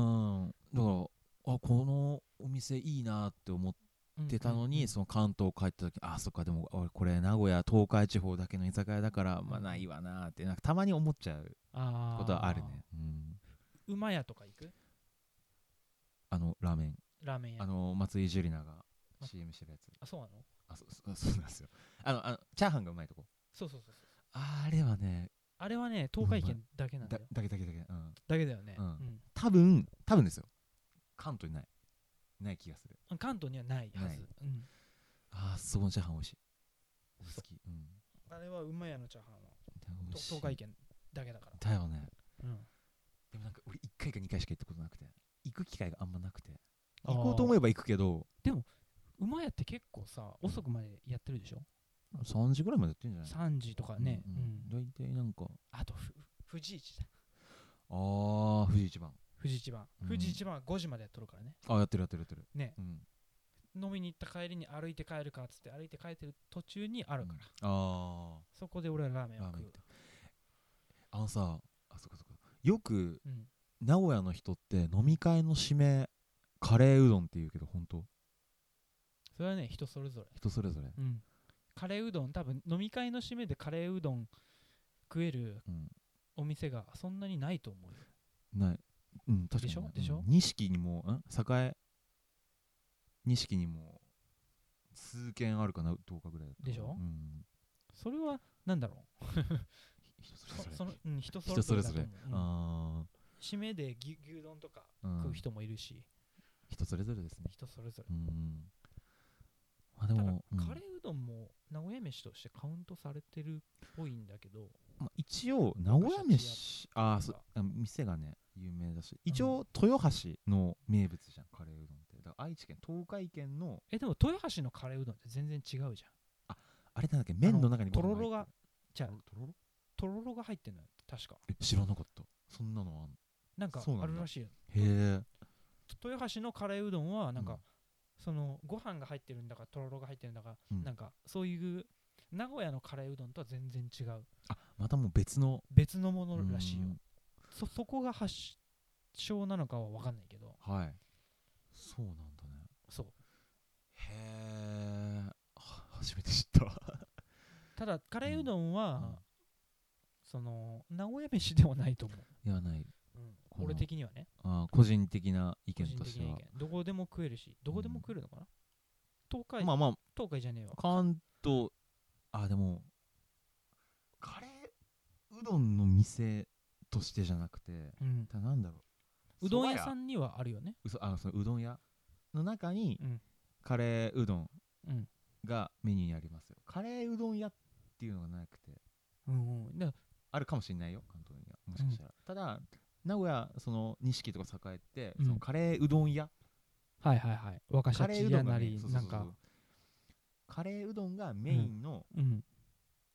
だからあ、このお店いいなって思ってたのに、うんうんうん、その関東帰った時、あ、そっか、でも俺これ名古屋東海地方だけの居酒屋だから、まあないわなってなんかたまに思っちゃうことはあるね。 うん、馬屋とか行く？ あのラーメンラーメン屋、 あの松井樹里奈が シーエム してるやつ。 あ、そうなの？ あ、そ, そ, そうなんですよ。あのあのチャーハンがうまいとこ。 そうそうそうそう。 あれはね、 あれはね、東海圏だけなんだよ。 だ, だけだけだけ、うん、 だけだよね、 うんうん、多分多分ですよ、関東にないない気がする。 関東にはないはず、うん、 あー、そこのチャーハン美味しい。好き、うん、 あれは馬屋のチャーハンは東海圏だけだからだよね、 うん、 でもなんか俺いっかいかにかいしか行ったことなくて、行く機会があんまなくて、行こうと思えば行くけど、 でも馬屋って結構さ、遅くまでやってるでしょ。 さんじぐらいまでやってるんじゃない？ さんじとかね、 うん、うん、大体なんか、 あと富士市だ。 あー、富士一番富士一番、うん、富士一番はごじまでやっとるからね。 あ、やってるやってるやってるね、うん、飲みに行った帰りに歩いて帰るかっつって歩いて帰ってる途中にあるから、うん、あそこで俺はラーメンを食う。 あのさ、あ、そこそこよく、うん、名古屋の人って飲み会の締めカレーうどんって言うけど本当？ それはね、人それぞれ人それぞれ、 うん、カレーうどん、多分飲み会の締めでカレーうどん食えるお店がそんなにないと思うよ。 ない、うん、確かに、ね、 でしょ？ 錦にも、ん栄錦にも数軒あるかな、どうかぐらいだったでしょ、 うん、 それはなんだろう人それぞれ、 その、うん、人それぞれだと思う。 人それぞれ、うん、あ締めで 牛, 牛丼とか食う人もいるし、うん、 人それぞれですね。 人それぞれ、 うん、あ、でも、 うん、カレーうどんも名古屋飯としてカウントされてるっぽいんだけど、 まあ、一応名古屋飯、あー、そ店がね有名だし、一応豊橋の名物じゃん、カレーうどんって。だから愛知県東海県の、 えでも豊橋のカレーうどんって全然違うじゃん。 あ、あれなんだっけ、麺の中にとろろが、じゃあとろろとろろが入ってんのよ確か。 え、知らなかった。そんなのあんの？ なんかあるらしいよ。 へえ。 豊橋のカレーうどんはなんか、うん、そのご飯が入ってるんだかとろろが入ってるんだか、うん、なんかそういう名古屋のカレーうどんとは全然違う。 あ、またもう別の別のものらしいよ。そそこが発祥なのかは分かんないけど。 はい。そうなんだね。 そう。 へえ。初めて知ったわただカレーうどんは、うん、その名古屋飯ではないと思う。 ではない。 うん、俺的にはね。 あ、個人的な意見としては。 どこでも食えるし、どこでも食えるのかな、うん、東海、 まあまあ、 東海じゃねえわ。 関東、あ、でも、カレーうどんの店としてじゃなくて、うん、なんだろう。うどん屋さんにはあるよね。 うそ、あ、そのうどん屋の中に、うん、カレーうどんがメニューにありますよ。カレーうどん屋っていうのがなくて、 うんうん、だあるかもしれないよ、関東には。もしかしたら。うん、ただ、名古屋、その錦とか栄って、うん、そのカレーうどん屋、 はいはいはい、若シャチ屋なり、なんかカレーうどんがメインの食べ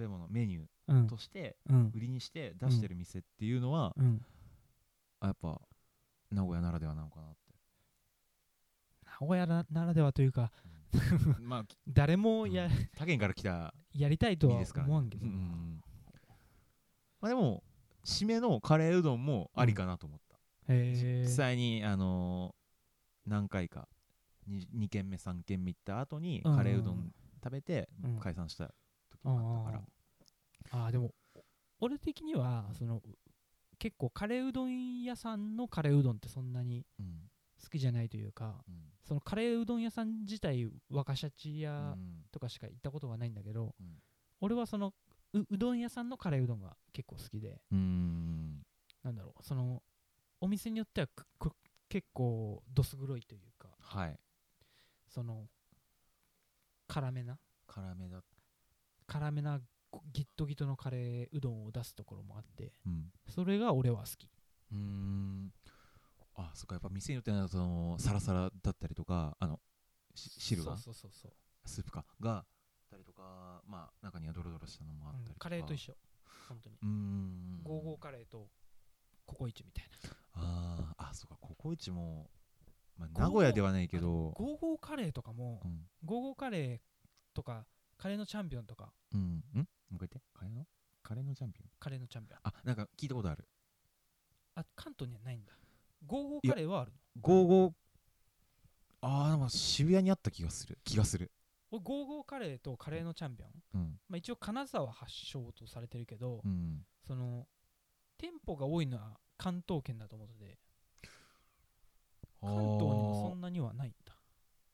べ物メニュうんーとしてうん売りにして出してる店っていうのは、 うんあやっぱ名古屋ならではなのかなって。 名古屋なならではというかうんまあ誰もや,、 うん他県から来たやりたいとは身ですからね思わんけど、 うんうんまあでも締めのカレーうどんもありかなと思った、 へえ実際にあのー何回か に, に軒目さん軒目行った後にカレーうどん食べてうん解散した時もあったから、 ああでも俺的にはその結構カレーうどん屋さんのカレーうどんってそんなにうん好きじゃないというか、 うんそのカレーうどん屋さん自体若シャチう屋んとかしか行ったことがないんだけど、 うん俺はその う, うどん屋さんのカレーうどんが結構好きで、 うーんなんだろうそのお店によってはくく結構どす黒いというか、 はいその辛めな辛めだ辛めなギットギトのカレーうどんを出すところもあって、 うんそれが俺は好き。 うーんあそっかやっぱ店によってはそのサラサラだったりとかあのし汁がそうそうそうそう、 スープかがあったりとかまあ中にはドロドロしたのもあったりとか、 うんカレーと一緒本当にうーんゴーゴーカレーとココイチみたいな。 あーあそうかココイチも、まあ、 ゴーゴー名古屋ではないけどゴーゴーカレーとかも、 うんゴーゴーカレーとかカレーのチャンピオンとかうんんもう一回言ってカレーのカレーのチャンピオンカレーのチャンピオンあなんか聞いたことあるあ関東にはないんだ。ゴーゴーカレーはあるの。 ゴーゴーあーなんか渋谷にあった気がする気がする俺ゴーゴーカレーとカレーのチャンピオン、 うんまあ、一応金沢発祥とされてるけど、 うんその店舗が多いのは関東圏だと思うので関東にもそんなにはないんだ。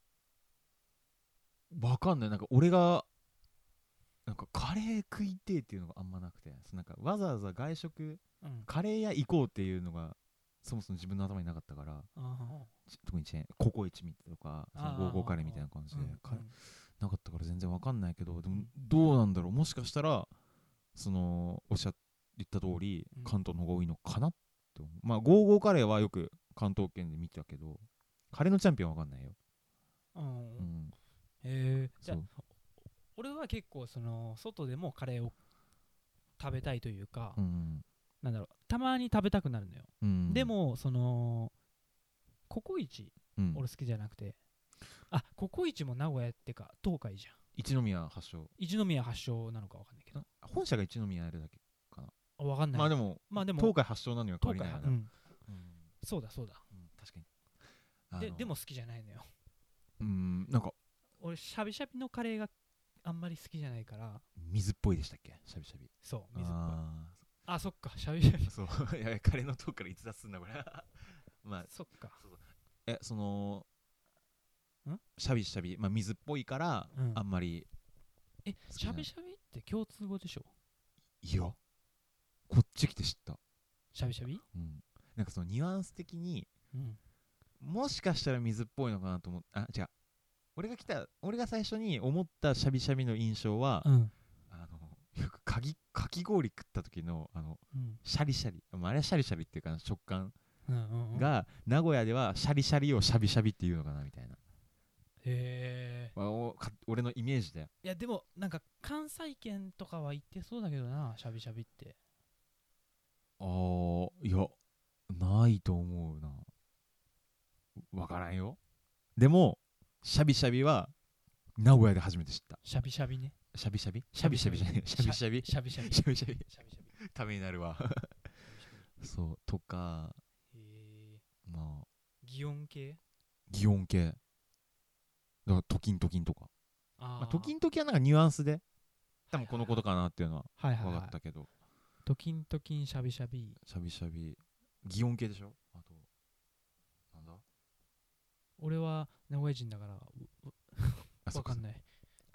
わかんないなんか俺がなんかカレー食いてえっていうのがあんまなくてなんかわざわざ外食うんカレー屋行こうっていうのがそもそも自分の頭になかったからあち特にチェーンココイチみたいとかそのあーゴーゴーカレーみたいな感じで、 うんかなかったから全然わかんないけどでもうんどうなんだろうもしかしたらそのおっしゃ言った通りうん関東の方が多いのかなって思うまあゴーゴーカレーはよく関東圏で見てたけどカレーのチャンピオンはわかんないよ、 うんうんうん、 へえじゃあそう俺は結構その外でもカレーを食べたいというか、 うんなんだろうたまに食べたくなるのよ、 うんでもそのココイチうん俺好きじゃなくて、あココイチも名古屋ってか東海じゃん。 一宮発祥一宮発祥なのか分かんないけど本社が一宮やるだけかなあ分かんない。 まあでもまあでも東海発祥なのには変わりないよな、 東海、うん、 うんそうだそうだうん確かにあのででも好きじゃないのよ。 うんなんか俺シャビシャビのカレーがあんまり好きじゃないから水っぽいでしたっけシャビシャビそう水っぽい。 ああそっかシャビシャビーそういやカレーのとこから逸脱すんなこれまあそっかえそのんシャビシャビまあ水っぽいから、 うんあんまりえ好きなシャビシャビって共通語でしょ。 いやこっち来て知ったシャビシャビうんなんかそのニュアンス的にうんもしかしたら水っぽいのかなと思っあ違う俺が来た俺が最初に思ったシャビシャビの印象は、 うんあのよくかぎかき氷食った時のあのうんシャリシャリまああれはシャリシャリっていうか食感うんうんうんが名古屋ではシャリシャリをシャビシャビっていうのかなみたいな、 へえまあ、おか俺のイメージでいやでもなんか関西圏とかは行ってそうだけどなシャビシャビってあーいやないと思うなわからんよでもシャビシャビは名古屋で初めて知ったシャビシャビねシャビシャビシャビシャビじゃないシャビシャビシャビシャビシャビシャビシャビシャビためになるわそうとかへえまあ擬音系擬音系だからトキントキンとかあまあ、トキンントキンはなんかニュアンスで多分このことかなっていうのは分はいはいはいかったけど、 トキントキンシャビシャビシャビシャビ擬音系でしょあとなんだ俺は名古屋人だからうあそっわかんない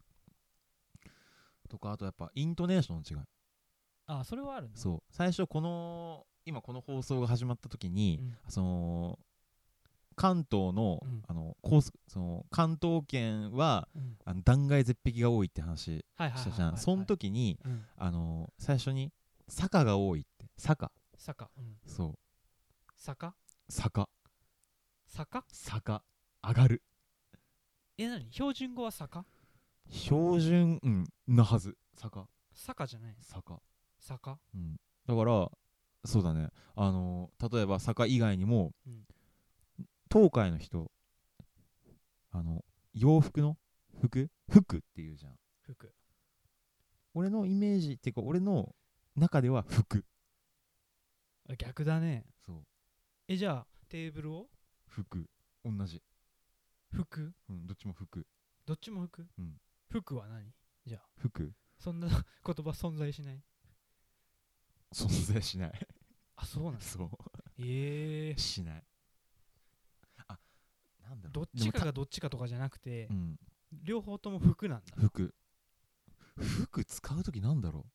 とかあとやっぱイントネーションの違いあそれはあるのそう最初この今この放送が始まった時に、 うんその関東の,、 うんあの高速その関東圏はうんあの断崖絶壁が多いって話はいはいはいはいしたじゃんその時にうんあの最初に坂が多いって坂坂うんそう坂坂坂坂上がるえ何標準語は坂標準うんなはず坂坂じゃない。 坂。 坂。 うん。だからそうだね。あのー、例えば坂以外にも、うん、東海の人、あの洋服の服服っていうじゃん。 服。 俺のイメージっていうか俺の中では服。 逆だね。 そう。 え、じゃあテーブルを服。同じ。 服。 うん、どっちも服。 どっちも服。 うん。 服は何？じゃあ服。 そんな言葉存在しない。 存在しない。 あ、そうなの。 そう。 ええー、 しない。あ、なんだろう。 どっちかがどっちかとかじゃなくて、 うん、 両方とも服なんだ。 服。服使うときなんだろう。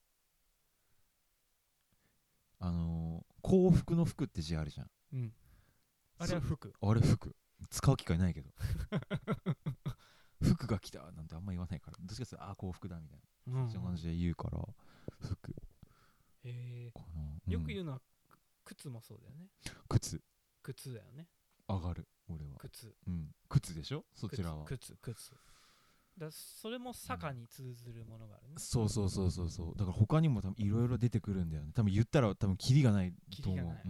あのー、幸福の服って字あるじゃん。 うん。あれは服。 あれ服。使う機会ないけど。服が来たなんてあんま言わないから。どっちかっていうと、あ、幸福だみたいな。うん、そういう感じで言うから、服。 へえー。よく言うのは、靴もそうだよね。 靴。 靴だよね。 上がる、俺は。 靴。 うん。靴でしょそちらは。 靴、靴。だそれも坂に通ずるものがあるね、うん、 そうそうそうそうそう。だから他にも多分いろいろ出てくるんだよね。多分言ったら多分キリがないと思う。うん。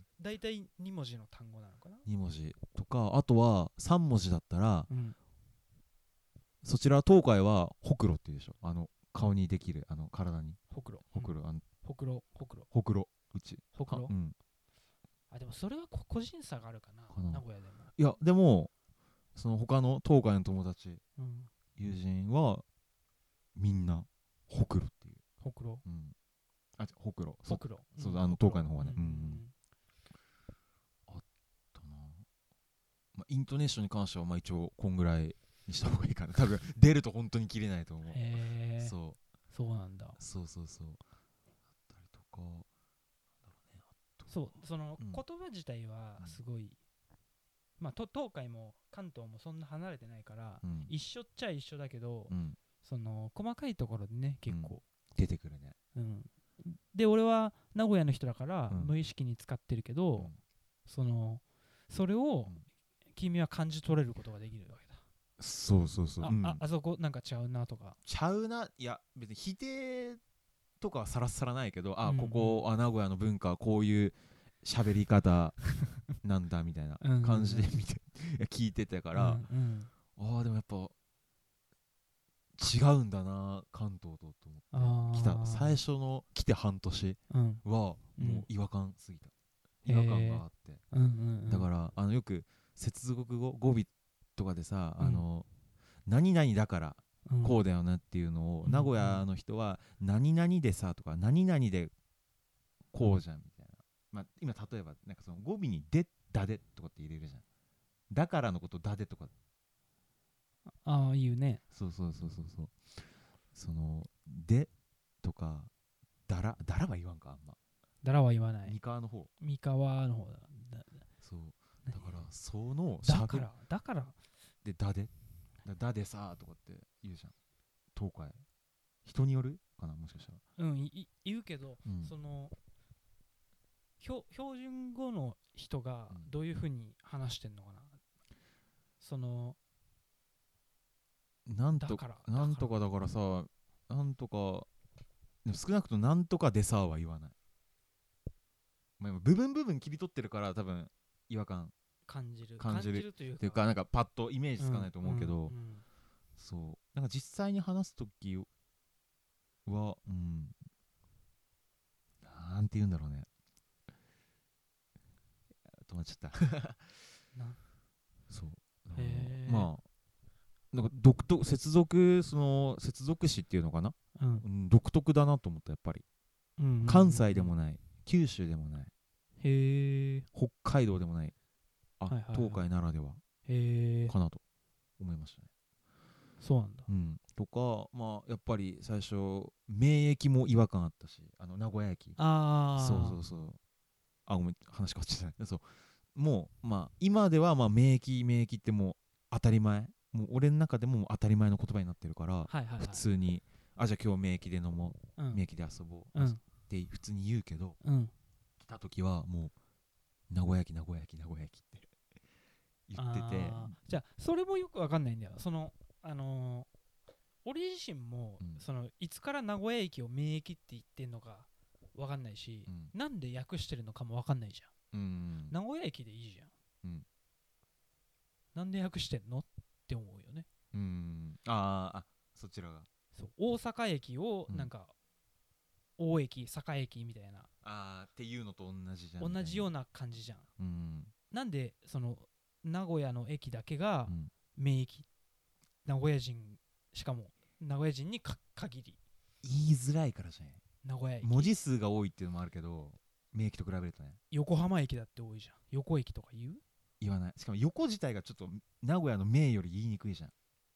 大体に文字の単語なのかな。 に文字とか、あとはさん文字だったら、 うん、 そちら東海はほくろっていうでしょ。あの顔にできる、あの体に。 ほくろ。 ほくろ。あのほくろ。ほくろ。 ほくろ。うち。 ほくろ。 うん。 あ、でもそれは個人差があるかな。かな名古屋でも。 いや、でも、その他の東海の友達、 うん、 友人は、みんな、ほくろっていう。 ほくろ。 うん。あ、ほくろ。 ほくろ。 そう、あの東海の方はね。うん、うん。あったな。まあ、イントネーションに関しては、まあ一応、こんぐらいにした方がいいかな。多分、出ると本当に切れないと思う。 へー。 そう。 そうなんだ。 そうそうそう。あったりとか、なんだろうね。 そう、その、うん、言葉自体はすごい、うん、まあ、と東海も関東もそんな離れてないから、うん、一緒っちゃ一緒だけど、うん、その細かいところでね結構、うん、 出てくるね、 うん、で俺は名古屋の人だから無意識に使ってるけど、うん、そのそれを君は感じ取れることができるわけだ。 そうそうそう。 あ、うん、あ, あそこなんかちゃうなとか。 ちゃうな、いや別に否定とかはさらさらないけど、あ、うんうん、ここあ名古屋の文化はこういう喋り方なんだみたいな感じで見て聞いてたから、うんうん、ああでもやっぱ違うんだな関東とと思って来た。最初の来て半年はもう違和感すぎた、うん、違和感があって、うんうんうん、だからあのよく接続語語尾とかでさ、うん、あの何々だからこうだよなっていうのを、うん、名古屋の人は何々でさとか何々でこうじゃんみたいな、まあ、今例えばなんかその語尾にでだでとかって入れるじゃん。だからのことだでとか、 ああ言うね。 そうそうそうそうそう。そのでとかだらだらは言わんかあんま。 だらは言わない。 三河の方。 三河の方だ。 そうだからそのだからだからでだでだだでさとかって言うじゃん東海。人によるかなもしかしたら。 うんい言うけど、うん、その標準語の人がどういう風に話してんのかな、うん、そのなんとかなんとかだからさ、なんとかでも少なくともなんとかでさは言わない、まあ、部分部分切り取ってるから多分違和感感じる感じる感じるというか、 っていうかなんかパッとイメージつかないと思うけど、うんうんうん、そうなんか実際に話すときはうんなんて言うんだろうね、止まっちゃったなそうまあなんか独特接続その接続詞っていうのかな、うん、独特だなと思ったやっぱり、うんうんうんうん、関西でもない九州でもないへ北海道でもないあ、はいはいはい、東海ならではへかなと思いましたね。 そうなんだ、 うん、とかまあやっぱり最初名駅も違和感あったしあの名古屋駅あそうそうそうあごめん話変わっちゃったそうもうまあ今ではまあ名駅名駅ってもう当たり前もう俺の中でも当たり前の言葉になってるから、はいはいはい、普通にあじゃあ今日名駅で飲もう、うん、名駅で遊ぼう、うん、って普通に言うけど、うん、来た時はもう名古屋駅名古屋駅名古屋駅って言っててじゃあそれもよくわかんないんだよそのあのー、 俺自身も、 うん、 そのいつから名古屋駅を名駅って言ってんのか分かんないし、 うん、 なんで訳してるのかも分かんないじゃん、 うん、 名古屋駅でいいじゃん、 うん、 なんで訳してんのって思うよね。 うん、あーあ、そちらが。 そう大阪駅をなんか、大駅栄駅みたいな、 あーっていうのと同じじゃん。 同じような感じじゃん。 うん、 なんでその名古屋の駅だけがうん、 名駅、名古屋人、しかも名古屋人にか限り言いづらいからじゃない。 名古屋駅、 文字数が多いっていうのもあるけど、名駅と比べるとね、 横浜駅だって多いじゃん。横駅とか言う？ 言わない。しかも横自体がちょっと名古屋の名より言いにくいじゃん。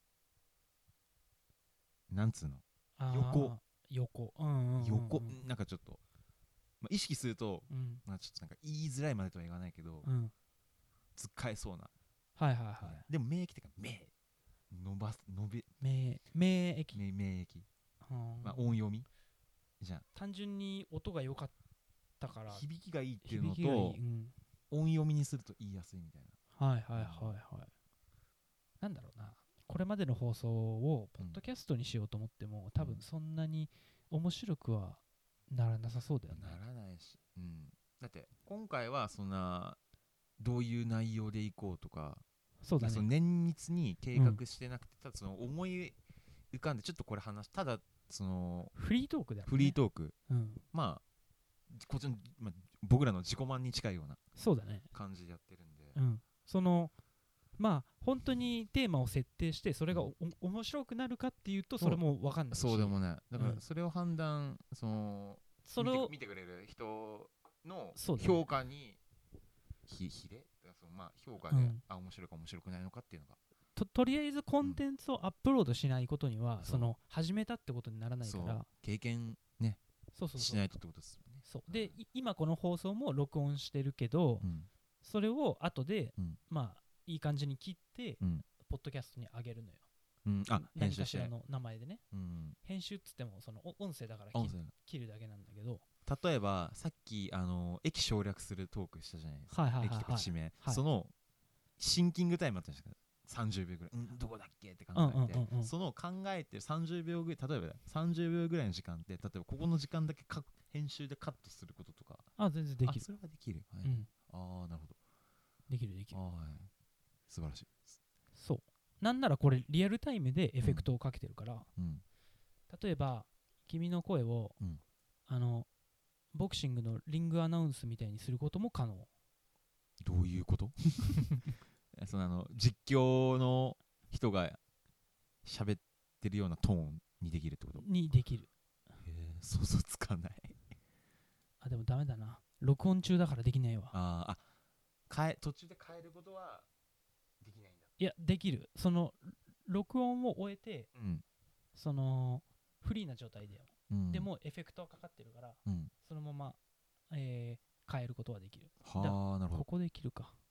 なんつうの、 あー横横、うんうんうんうん、 横なんかちょっと、まあ、意識すると、 うんまあ、ちょっとなんか言いづらいまでとは言わないけど、 うん、 つっかえそうな、 はいはいはい。 でも名駅ってか名伸ばす伸び名名駅、 名名駅、 うんまあ、音読みじゃん。 単純に音が良かったから響きがいいっていうの響きがいい、 と、 うん、 音読みにすると言いやすいみたいな。 はいはいはいはい。なんだろうな、これまでの放送をポッドキャストにしようと思っても、多分そんなに面白くはならなさそうだよね。 ならないし、うん、だって今回はそんなどういう内容でいこうとか、 そうだね、 その綿密に計画してなくて、ただその思い浮かんでちょっとこれ話しただそのフリートークだよね。 フリートーク、 うん、 まあこっちの、まあ、僕らの自己満に近いようなそうだね、 感じでやってるんで、 うん、そのまあ本当にテーマを設定してそれがおお面白くなるかっていうとそれも分かんないし、 そうでもない。だかうんらそれを判断、そのそれを見て見てくれる人のそうだね評価にひひれだからそのまあ評価で、 うんあ面白いか面白くないのかっていうのが、 ととりあえずコンテンツをアップロードしないことには、 うんその始めたってことにならないかそうら、 経験ねそうそうそうしないとってことですよね。 そうでい今この放送も録音してるけど、 うんそれを後で、 うんまあいい感じに切って、 うんポッドキャストに上げるのよ。 うんあ編集し何かしてらの名前でね。 うん編集っつってもそのお音声だから切音声切るだけなんだけど、 例えばさっきあの駅省略するトークしたじゃないですか、 はいはいはいはい駅とか地名、 はいそのシンキングタイムあったじゃないですか、さんじゅうびょうぐらい、うんどこだっけって考えて、 うんうんうんうんその考えてるさんじゅうびょうぐらい、例えばさんじゅうびょうぐらいの時間って例えばここの時間だけか編集でカットすることとか、 あ全然できるあ、それはできる、はい、 うんああなるほど、 できるできるあ、はい、素晴らしい、 そうなんならこれリアルタイムでエフェクトをかけてるから、 うん例えば君の声を、 うん、 あのボクシングのリングアナウンスみたいにすることも可能。 どういうことそのあの実況の人が喋ってるようなトーンにできるってこと？ にできる。 へえ、想像つかない。 あでもダメだな、録音中だからできないわ。 あーあ、変え途中で変えることはできないんだ。 いやできる、その録音を終えて、 うんそのフリーな状態で、 うん、 でもエフェクトはかかってるから、 うん、 そのまま、えー変えることはできる。 はあなるほど。 ここで切るか。